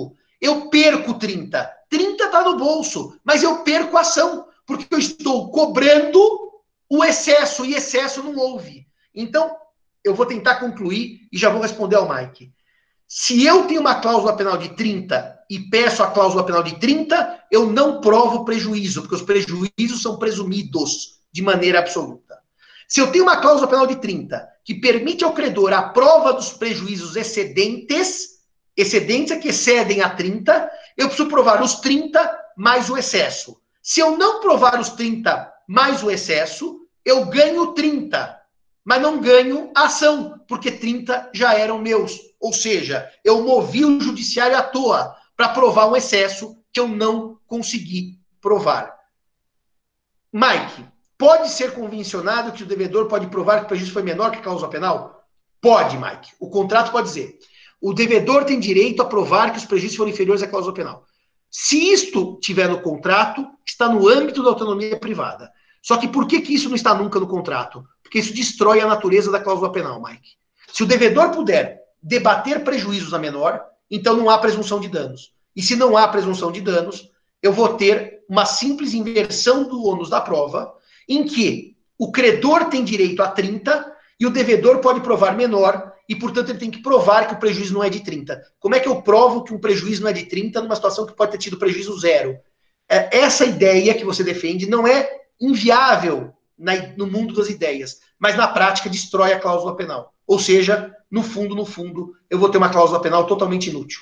eu perco 30. 30 está no bolso, mas eu perco a ação, porque eu estou cobrando o excesso, e excesso não houve. Então, eu vou tentar concluir e já vou responder ao Mike. Se eu tenho uma cláusula penal de 30 e peço a cláusula penal de 30, eu não provo prejuízo, porque os prejuízos são presumidos de maneira absoluta. Se eu tenho uma cláusula penal de 30 que permite ao credor a prova dos prejuízos excedentes é que excedem a 30, eu preciso provar os 30 mais o excesso. Se eu não provar os 30 mais o excesso, eu ganho 30, mas não ganho a ação, porque 30 já eram meus. Ou seja, eu movi o judiciário à toa para provar um excesso que eu não consegui provar. Mike, pode ser convencionado que o devedor pode provar que o prejuízo foi menor que a cláusula penal? Pode, Mike. O contrato pode dizer. O devedor tem direito a provar que os prejuízos foram inferiores à cláusula penal. Se isto tiver no contrato, está no âmbito da autonomia privada. Só que por que isso não está nunca no contrato? Porque isso destrói a natureza da cláusula penal, Mike. Se o devedor puder debater prejuízos na menor, então não há presunção de danos. E se não há presunção de danos, eu vou ter uma simples inversão do ônus da prova, em que o credor tem direito a 30 e o devedor pode provar menor, e, portanto, ele tem que provar que o prejuízo não é de 30. Como é que eu provo que um prejuízo não é de 30 numa situação que pode ter tido prejuízo zero? Essa ideia que você defende não é inviável no mundo das ideias, mas na prática destrói a cláusula penal. Ou seja, no fundo, eu vou ter uma cláusula penal totalmente inútil.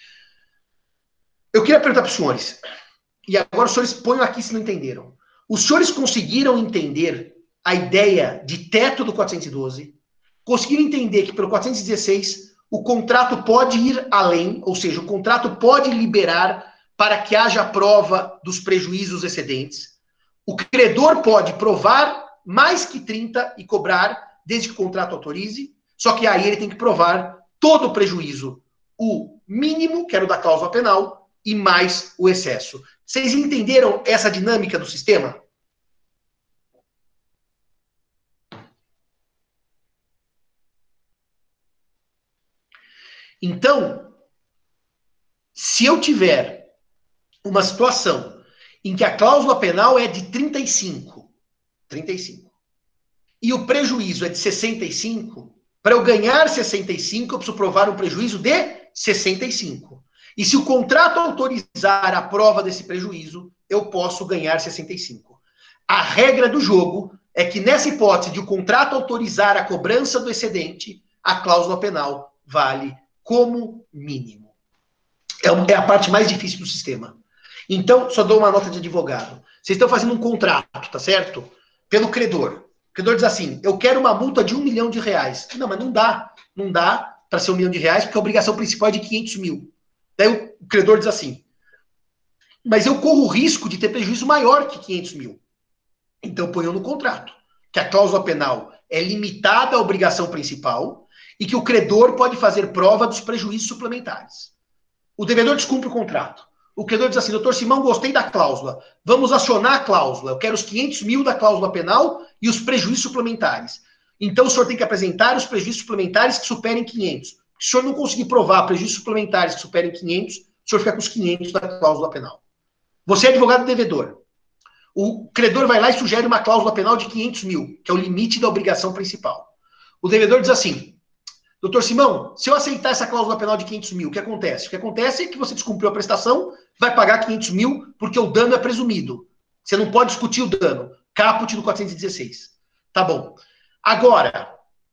Eu queria perguntar para os senhores, e agora os senhores ponham aqui se não entenderam. Os senhores conseguiram entender a ideia de teto do 412? Conseguiram entender que pelo 416 o contrato pode ir além, ou seja, o contrato pode liberar para que haja prova dos prejuízos excedentes. O credor pode provar mais que 30 e cobrar, desde que o contrato autorize, só que aí ele tem que provar todo o prejuízo, o mínimo, que era o da cláusula penal, e mais o excesso. Vocês entenderam essa dinâmica do sistema? Então, se eu tiver uma situação em que a cláusula penal é de 35, e o prejuízo é de 65, para eu ganhar 65, eu preciso provar um prejuízo de 65. E se o contrato autorizar a prova desse prejuízo, eu posso ganhar 65. A regra do jogo é que, nessa hipótese de o contrato autorizar a cobrança do excedente, a cláusula penal vale como mínimo. É a parte mais difícil do sistema. Então, só dou uma nota de advogado. Vocês estão fazendo um contrato, tá certo? Pelo credor. O credor diz assim, eu quero uma multa de R$1 milhão. Não, mas não dá. Não dá para ser R$1 milhão, porque a obrigação principal é de 500 mil. Daí o credor diz assim, mas eu corro o risco de ter prejuízo maior que 500 mil. Então, ponham no contrato que a cláusula penal é limitada à obrigação principal e que o credor pode fazer prova dos prejuízos suplementares. O devedor descumpre o contrato. O credor diz assim, doutor Simão, gostei da cláusula. Vamos acionar a cláusula. Eu quero os 500 mil da cláusula penal e os prejuízos suplementares. Então, o senhor tem que apresentar os prejuízos suplementares que superem 500. Se o senhor não conseguir provar prejuízos suplementares que superem 500, o senhor fica com os 500 da cláusula penal. Você é advogado devedor. O credor vai lá e sugere uma cláusula penal de 500 mil, que é o limite da obrigação principal. O devedor diz assim, doutor Simão, se eu aceitar essa cláusula penal de 500 mil, o que acontece? O que acontece é que você descumpriu a prestação, vai pagar 500 mil, porque o dano é presumido. Você não pode discutir o dano. Caput do 416. Tá bom. Agora,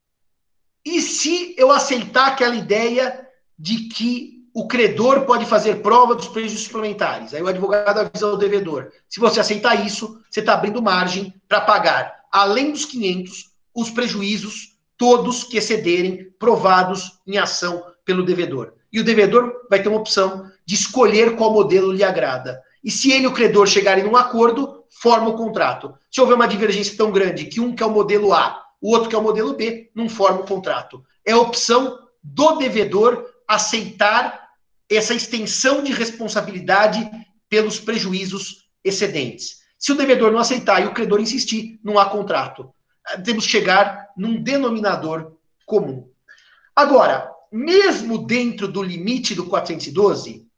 e se eu aceitar aquela ideia de que o credor pode fazer prova dos prejuízos suplementares? Aí o advogado avisa ao devedor. Se você aceitar isso, você está abrindo margem para pagar, além dos 500, os prejuízos todos que excederem, provados em ação pelo devedor. E o devedor vai ter uma opção de escolher qual modelo lhe agrada. E se ele e o credor chegarem num acordo, forma o contrato. Se houver uma divergência tão grande que um quer o modelo A, o outro quer o modelo B, não forma o contrato. É a opção do devedor aceitar essa extensão de responsabilidade pelos prejuízos excedentes. Se o devedor não aceitar e o credor insistir, não há contrato. Temos que chegar num denominador comum. Agora, mesmo dentro do limite do 412,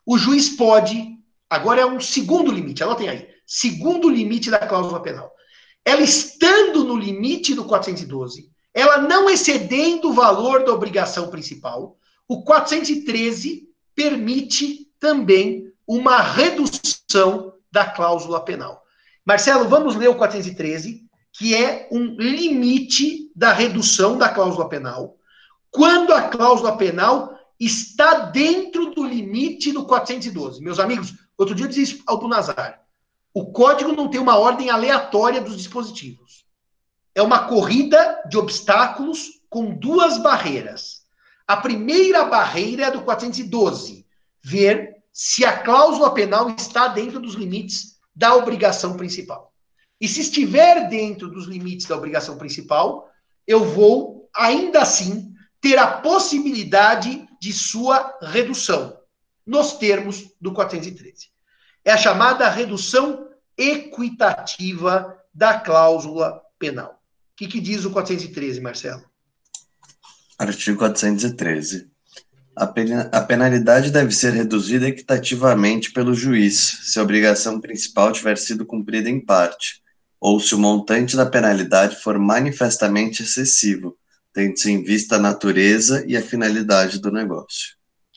o juiz pode, agora é um segundo limite, anotem aí, segundo limite da cláusula penal. Ela estando no limite do 412, ela não excedendo o valor da obrigação principal, o 413 permite também uma redução da cláusula penal. Marcelo, vamos ler o 413, que é um limite da redução da cláusula penal, quando a cláusula penal está dentro do limite do 412. Meus amigos, outro dia eu disse isso ao Bunazar. O código não tem uma ordem aleatória dos dispositivos. É uma corrida de obstáculos com duas barreiras. A primeira barreira é do 412, ver se a cláusula penal está dentro dos limites da obrigação principal. E se estiver dentro dos limites da obrigação principal, eu vou, ainda assim, ter a possibilidade de sua redução, nos termos do 413. É a chamada redução equitativa da cláusula penal. O que diz o 413, Marcelo? Artigo 413. A penalidade deve ser reduzida equitativamente pelo juiz, se a obrigação principal tiver sido cumprida em parte, ou se o montante da penalidade for manifestamente excessivo, tendo-se em vista a natureza e a finalidade do negócio.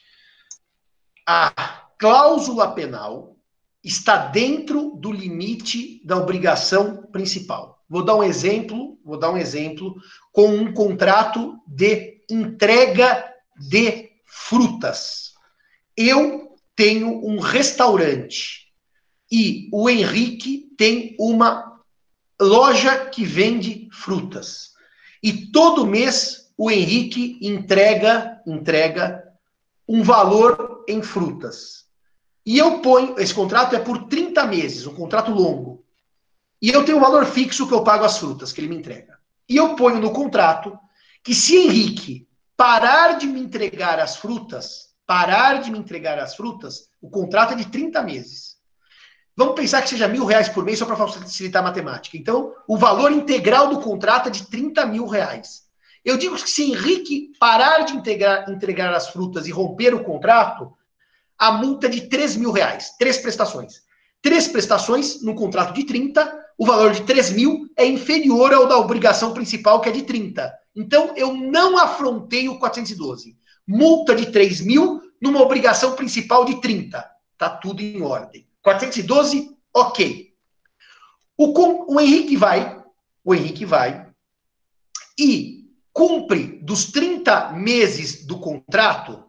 A cláusula penal está dentro do limite da obrigação principal. Vou dar um exemplo com um contrato de entrega de frutas. Eu tenho um restaurante e o Henrique tem uma loja que vende frutas. E todo mês o Henrique entrega um valor em frutas. E eu ponho, esse contrato é por 30 meses, um contrato longo. E eu tenho um valor fixo que eu pago as frutas que ele me entrega. E eu ponho no contrato que se Henrique parar de me entregar as frutas, o contrato é de 30 meses. Vamos pensar que seja R$1.000 por mês só para facilitar a matemática. Então, o valor integral do contrato é de R$30.000. Eu digo que se Henrique parar de entregar as frutas e romper o contrato, a multa é de R$3.000. 3 prestações. 3 prestações no contrato de 30, o valor de 3.000 é inferior ao da obrigação principal, que é de 30. Então, eu não afrontei o 412. Multa de 3.000 numa obrigação principal de 30. Tá tudo em ordem. 412, ok. O Henrique vai e cumpre dos 30 meses do contrato,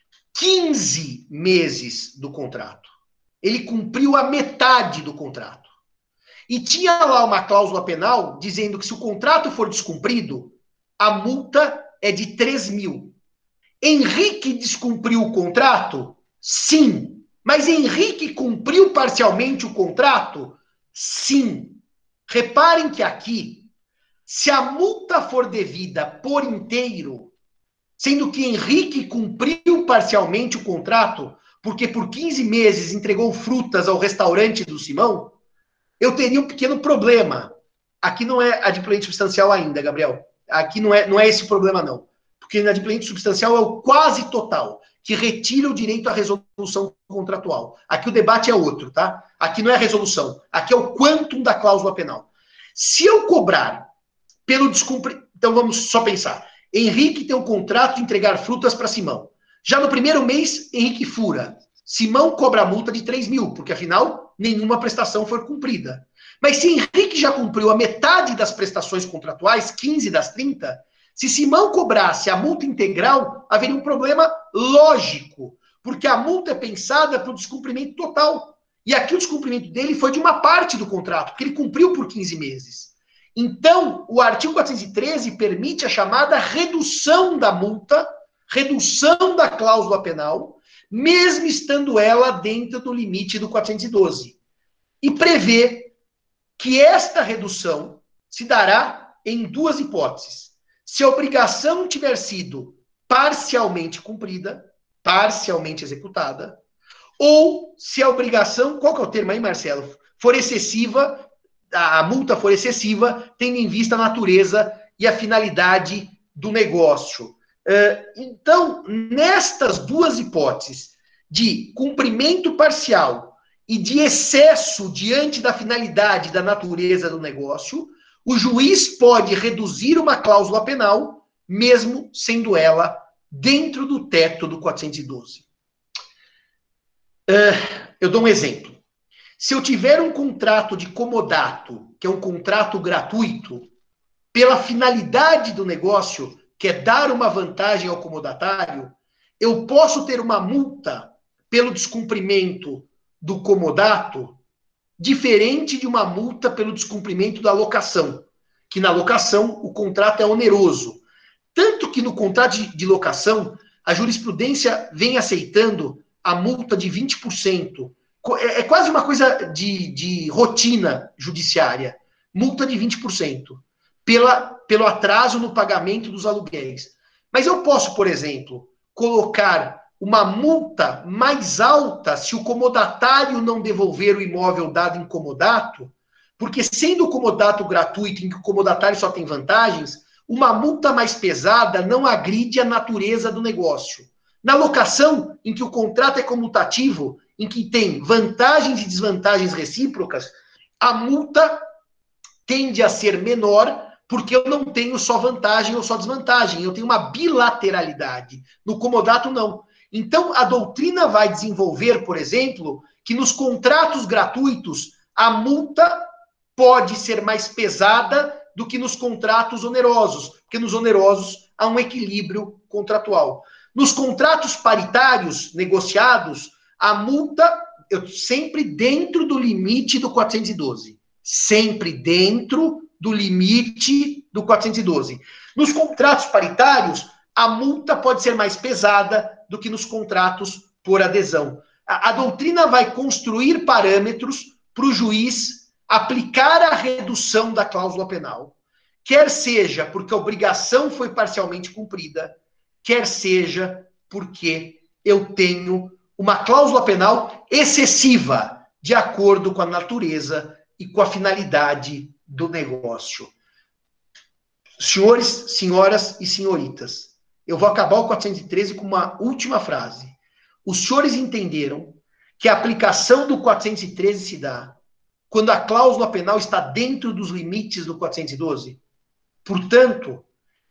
15 meses do contrato. Ele cumpriu a metade do contrato. E tinha lá uma cláusula penal dizendo que se o contrato for descumprido, a multa é de 3.000. Henrique descumpriu o contrato? Sim. Mas Henrique cumpriu parcialmente o contrato? Sim. Reparem que aqui, se a multa for devida por inteiro, sendo que Henrique cumpriu parcialmente o contrato, porque por 15 meses entregou frutas ao restaurante do Simão, eu teria um pequeno problema. Aqui não é adimplente substancial ainda, Gabriel. Aqui não é esse o problema, não. Porque inadimplente substancial é o quase total, que retira o direito à resolução contratual. Aqui o debate é outro, tá? Aqui não é a resolução. Aqui é o quantum da cláusula penal. Se eu cobrar pelo descumprimento... Então vamos só pensar. Henrique tem um contrato de entregar frutas para Simão. Já no primeiro mês, Henrique fura. Simão cobra a multa de 3.000, porque afinal, nenhuma prestação foi cumprida. Mas se Henrique já cumpriu a metade das prestações contratuais, 15 das 30, se Simão cobrasse a multa integral, haveria um problema lógico, porque a multa é pensada para o descumprimento total. E aqui o descumprimento dele foi de uma parte do contrato, porque ele cumpriu por 15 meses. Então, o artigo 413 permite a chamada redução da multa, redução da cláusula penal, mesmo estando ela dentro do limite do 412. E prevê que esta redução se dará em duas hipóteses. Se a obrigação tiver sido parcialmente cumprida, parcialmente executada, ou se a obrigação, qual que é o termo aí, Marcelo? For excessiva, a multa for excessiva, tendo em vista a natureza e a finalidade do negócio. Então, nestas duas hipóteses, de cumprimento parcial e de excesso diante da finalidade da natureza do negócio, o juiz pode reduzir uma cláusula penal, mesmo sendo ela dentro do teto do 412. Eu dou um exemplo. Se eu tiver um contrato de comodato, que é um contrato gratuito, pela finalidade do negócio, que é dar uma vantagem ao comodatário, eu posso ter uma multa pelo descumprimento do comodato, diferente de uma multa pelo descumprimento da locação, que na locação o contrato é oneroso. Tanto que no contrato de locação, a jurisprudência vem aceitando a multa de 20%. É quase uma coisa de rotina judiciária. Multa de 20%. Pelo atraso no pagamento dos aluguéis. Mas eu posso, por exemplo, colocar uma multa mais alta se o comodatário não devolver o imóvel dado em comodato, porque sendo o comodato gratuito, em que o comodatário só tem vantagens, uma multa mais pesada não agride a natureza do negócio. Na locação, em que o contrato é comutativo, em que tem vantagens e desvantagens recíprocas, a multa tende a ser menor, porque eu não tenho só vantagem ou só desvantagem, eu tenho uma bilateralidade. No comodato, não. Então, a doutrina vai desenvolver, por exemplo, que nos contratos gratuitos, a multa pode ser mais pesada do que nos contratos onerosos, porque nos onerosos há um equilíbrio contratual. Nos contratos paritários negociados, a multa, sempre dentro do limite do 412. Sempre dentro do limite do 412. Nos contratos paritários, a multa pode ser mais pesada do que nos contratos por adesão. A doutrina vai construir parâmetros para o juiz aplicar a redução da cláusula penal, quer seja porque a obrigação foi parcialmente cumprida, quer seja porque eu tenho uma cláusula penal excessiva, de acordo com a natureza e com a finalidade do negócio. Senhores, senhoras e senhoritas, eu vou acabar o 413 com uma última frase. Os senhores entenderam que a aplicação do 413 se dá quando a cláusula penal está dentro dos limites do 412? Portanto,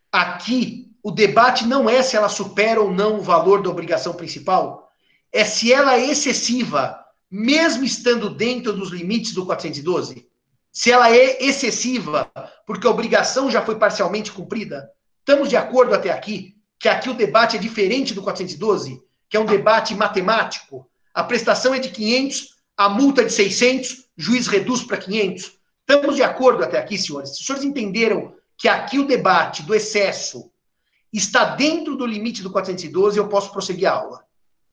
aqui o debate não é se ela supera ou não o valor da obrigação principal, é se ela é excessiva, mesmo estando dentro dos limites do 412. Se ela é excessiva, porque a obrigação já foi parcialmente cumprida. Estamos de acordo até aqui que aqui o debate é diferente do 412, que é um debate matemático. A prestação é de 500, a multa é de 600, juiz reduz para 500. Estamos de acordo até aqui, senhores? Se os senhores entenderam que aqui o debate do excesso está dentro do limite do 412, eu posso prosseguir a aula.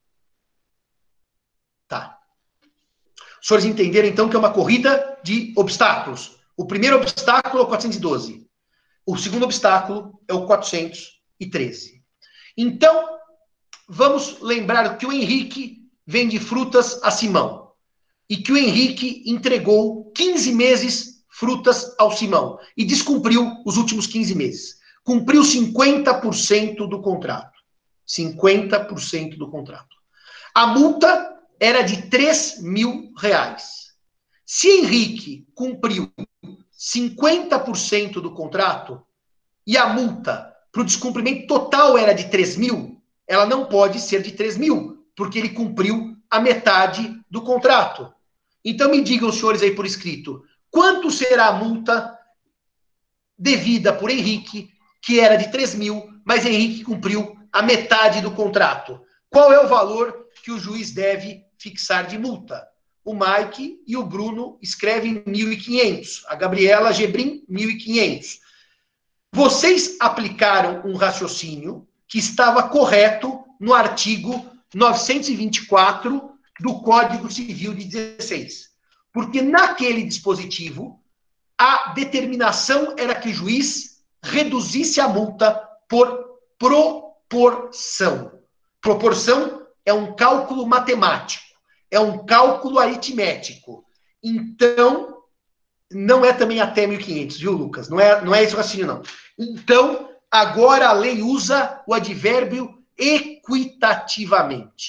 Tá. Os senhores entenderam, então, que é uma corrida de obstáculos. O primeiro obstáculo é o 412. O segundo obstáculo é o 413. Então, vamos lembrar que o Henrique vende frutas a Simão. E que o Henrique entregou 15 meses frutas ao Simão. E descumpriu os últimos 15 meses. Cumpriu 50% do contrato. 50% do contrato. A multa era de R$3.000. Se Henrique cumpriu 50% do contrato e a multa para o descumprimento total era de 3.000, ela não pode ser de 3.000, porque ele cumpriu a metade do contrato. Então me digam, senhores, aí por escrito, quanto será a multa devida por Henrique, que era de 3.000, mas Henrique cumpriu a metade do contrato? Qual é o valor que o juiz deve fixar de multa? O Mike e o Bruno escrevem 1.500. A Gabriela Gebrim, 1.500. Vocês aplicaram um raciocínio que estava correto no artigo 924 do Código Civil de 16. Porque naquele dispositivo, a determinação era que o juiz reduzisse a multa por proporção. Proporção é um cálculo matemático, é um cálculo aritmético. Então, não é também até 1.500, viu, Lucas? Não é esse o raciocínio, não. Então, agora a lei usa o advérbio equitativamente.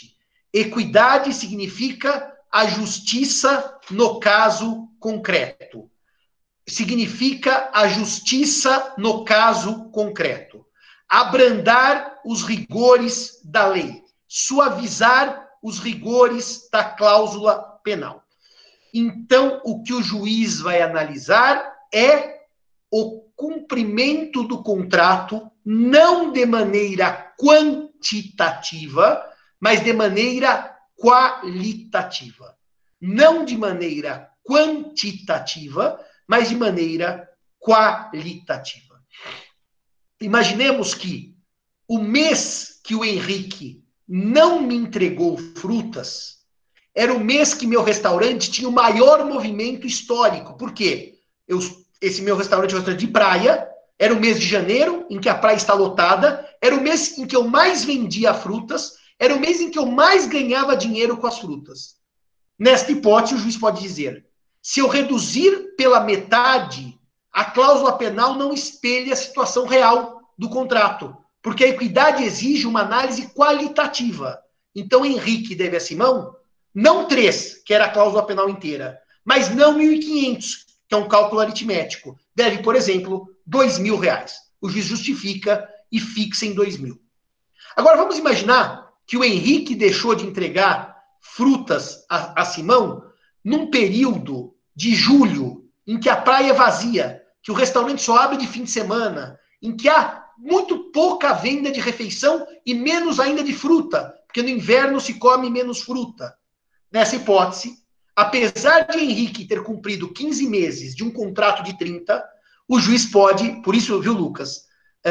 Equidade significa a justiça no caso concreto. Significa a justiça no caso concreto. Abrandar os rigores da lei. Suavizar os rigores da cláusula penal. Então, o que o juiz vai analisar é o cumprimento do contrato, não de maneira quantitativa, mas de maneira qualitativa. Não de maneira quantitativa, mas de maneira qualitativa. Imaginemos que o mês que o Henrique não me entregou frutas era o mês que meu restaurante tinha o maior movimento histórico. Por quê? Esse meu restaurante é um restaurante de praia, era o mês de janeiro, em que a praia está lotada, era o mês em que eu mais vendia frutas, era o mês em que eu mais ganhava dinheiro com as frutas. Nesta hipótese, o juiz pode dizer, se eu reduzir pela metade, a cláusula penal não espelha a situação real do contrato, porque a equidade exige uma análise qualitativa. Então, Henrique deve a Simão, não 3, que era a cláusula penal inteira, mas não 1.500, que é um cálculo aritmético. Deve, por exemplo, R$2.000. O juiz justifica e fixa em 2.000. Agora, vamos imaginar que o Henrique deixou de entregar frutas a Simão num período de julho, em que a praia é vazia, que o restaurante só abre de fim de semana, em que há muito pouca venda de refeição e menos ainda de fruta, porque no inverno se come menos fruta. Nessa hipótese, apesar de Henrique ter cumprido 15 meses de um contrato de 30, o juiz pode, por isso, viu, Lucas,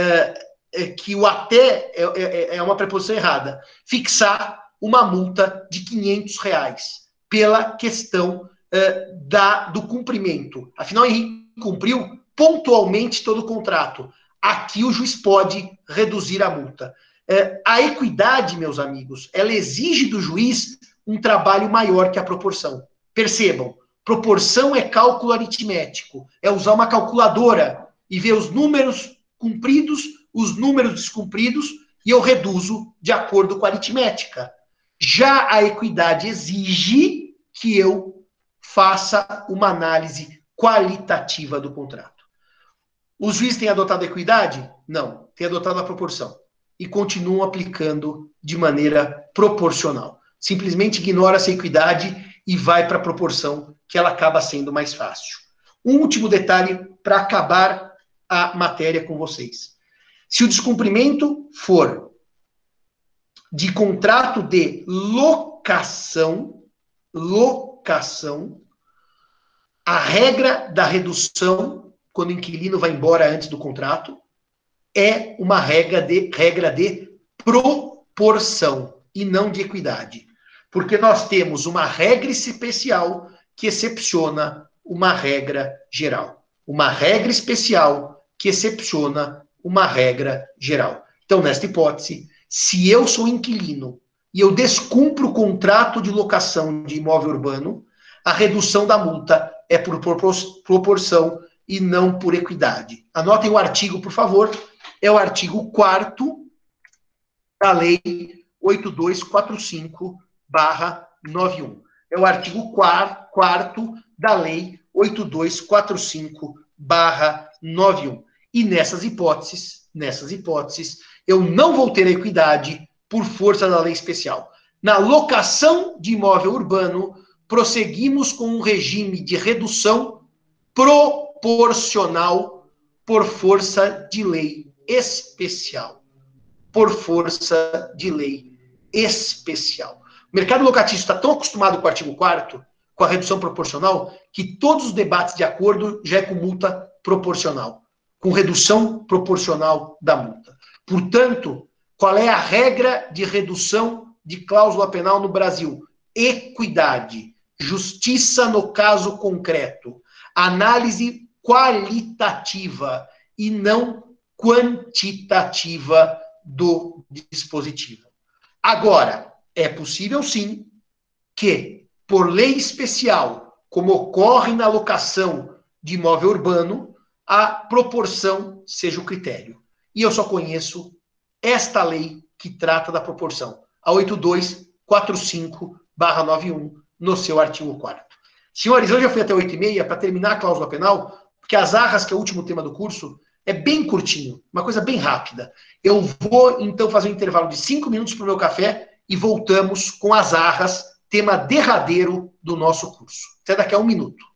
que o até é uma preposição errada, fixar uma multa de R$500 pela questão do cumprimento. Afinal, Henrique cumpriu pontualmente todo o contrato. Aqui o juiz pode reduzir a multa. A equidade, meus amigos, ela exige do juiz um trabalho maior que a proporção. Percebam, proporção é cálculo aritmético, é usar uma calculadora e ver os números cumpridos, os números descumpridos, e eu reduzo de acordo com a aritmética. Já a equidade exige que eu faça uma análise qualitativa do contrato. Os juízes têm adotado a equidade? Não, têm adotado a proporção. E continuam aplicando de maneira proporcional. Simplesmente ignora essa equidade e vai para a proporção, que ela acaba sendo mais fácil. Um último detalhe para acabar a matéria com vocês. Se o descumprimento for de contrato de locação, a regra da redução, quando o inquilino vai embora antes do contrato, é uma regra de proporção e não de equidade. Porque nós temos uma regra especial que excepciona uma regra geral. Uma regra especial que excepciona uma regra geral. Então, nesta hipótese, se eu sou inquilino e eu descumpro o contrato de locação de imóvel urbano, a redução da multa é por proporção e não por equidade. Anotem o artigo, por favor. É o artigo 4º da Lei 8245/91. É o artigo 4º da Lei 8245/91. E nessas hipóteses, eu não vou ter a equidade por força da lei especial. Na locação de imóvel urbano, prosseguimos com um regime de redução proporcional por força de lei especial. Por força de lei especial. O mercado locatício está tão acostumado com o artigo 4º, com a redução proporcional, que todos os debates de acordo já é com multa proporcional, com redução proporcional da multa. Portanto, qual é a regra de redução de cláusula penal no Brasil? Equidade, justiça no caso concreto, análise qualitativa e não quantitativa do dispositivo. Agora, é possível sim que, por lei especial, como ocorre na locação de imóvel urbano, a proporção seja o critério. E eu só conheço esta lei que trata da proporção, a 82 45/91 no seu artigo 4º. Senhores, eu já fui até 8h30 para terminar a cláusula penal, porque as arras, que é o último tema do curso, é bem curtinho, uma coisa bem rápida. Eu vou, então, fazer um intervalo de 5 minutos para o meu café e voltamos com as arras, tema derradeiro do nosso curso. Até daqui a 1 minuto.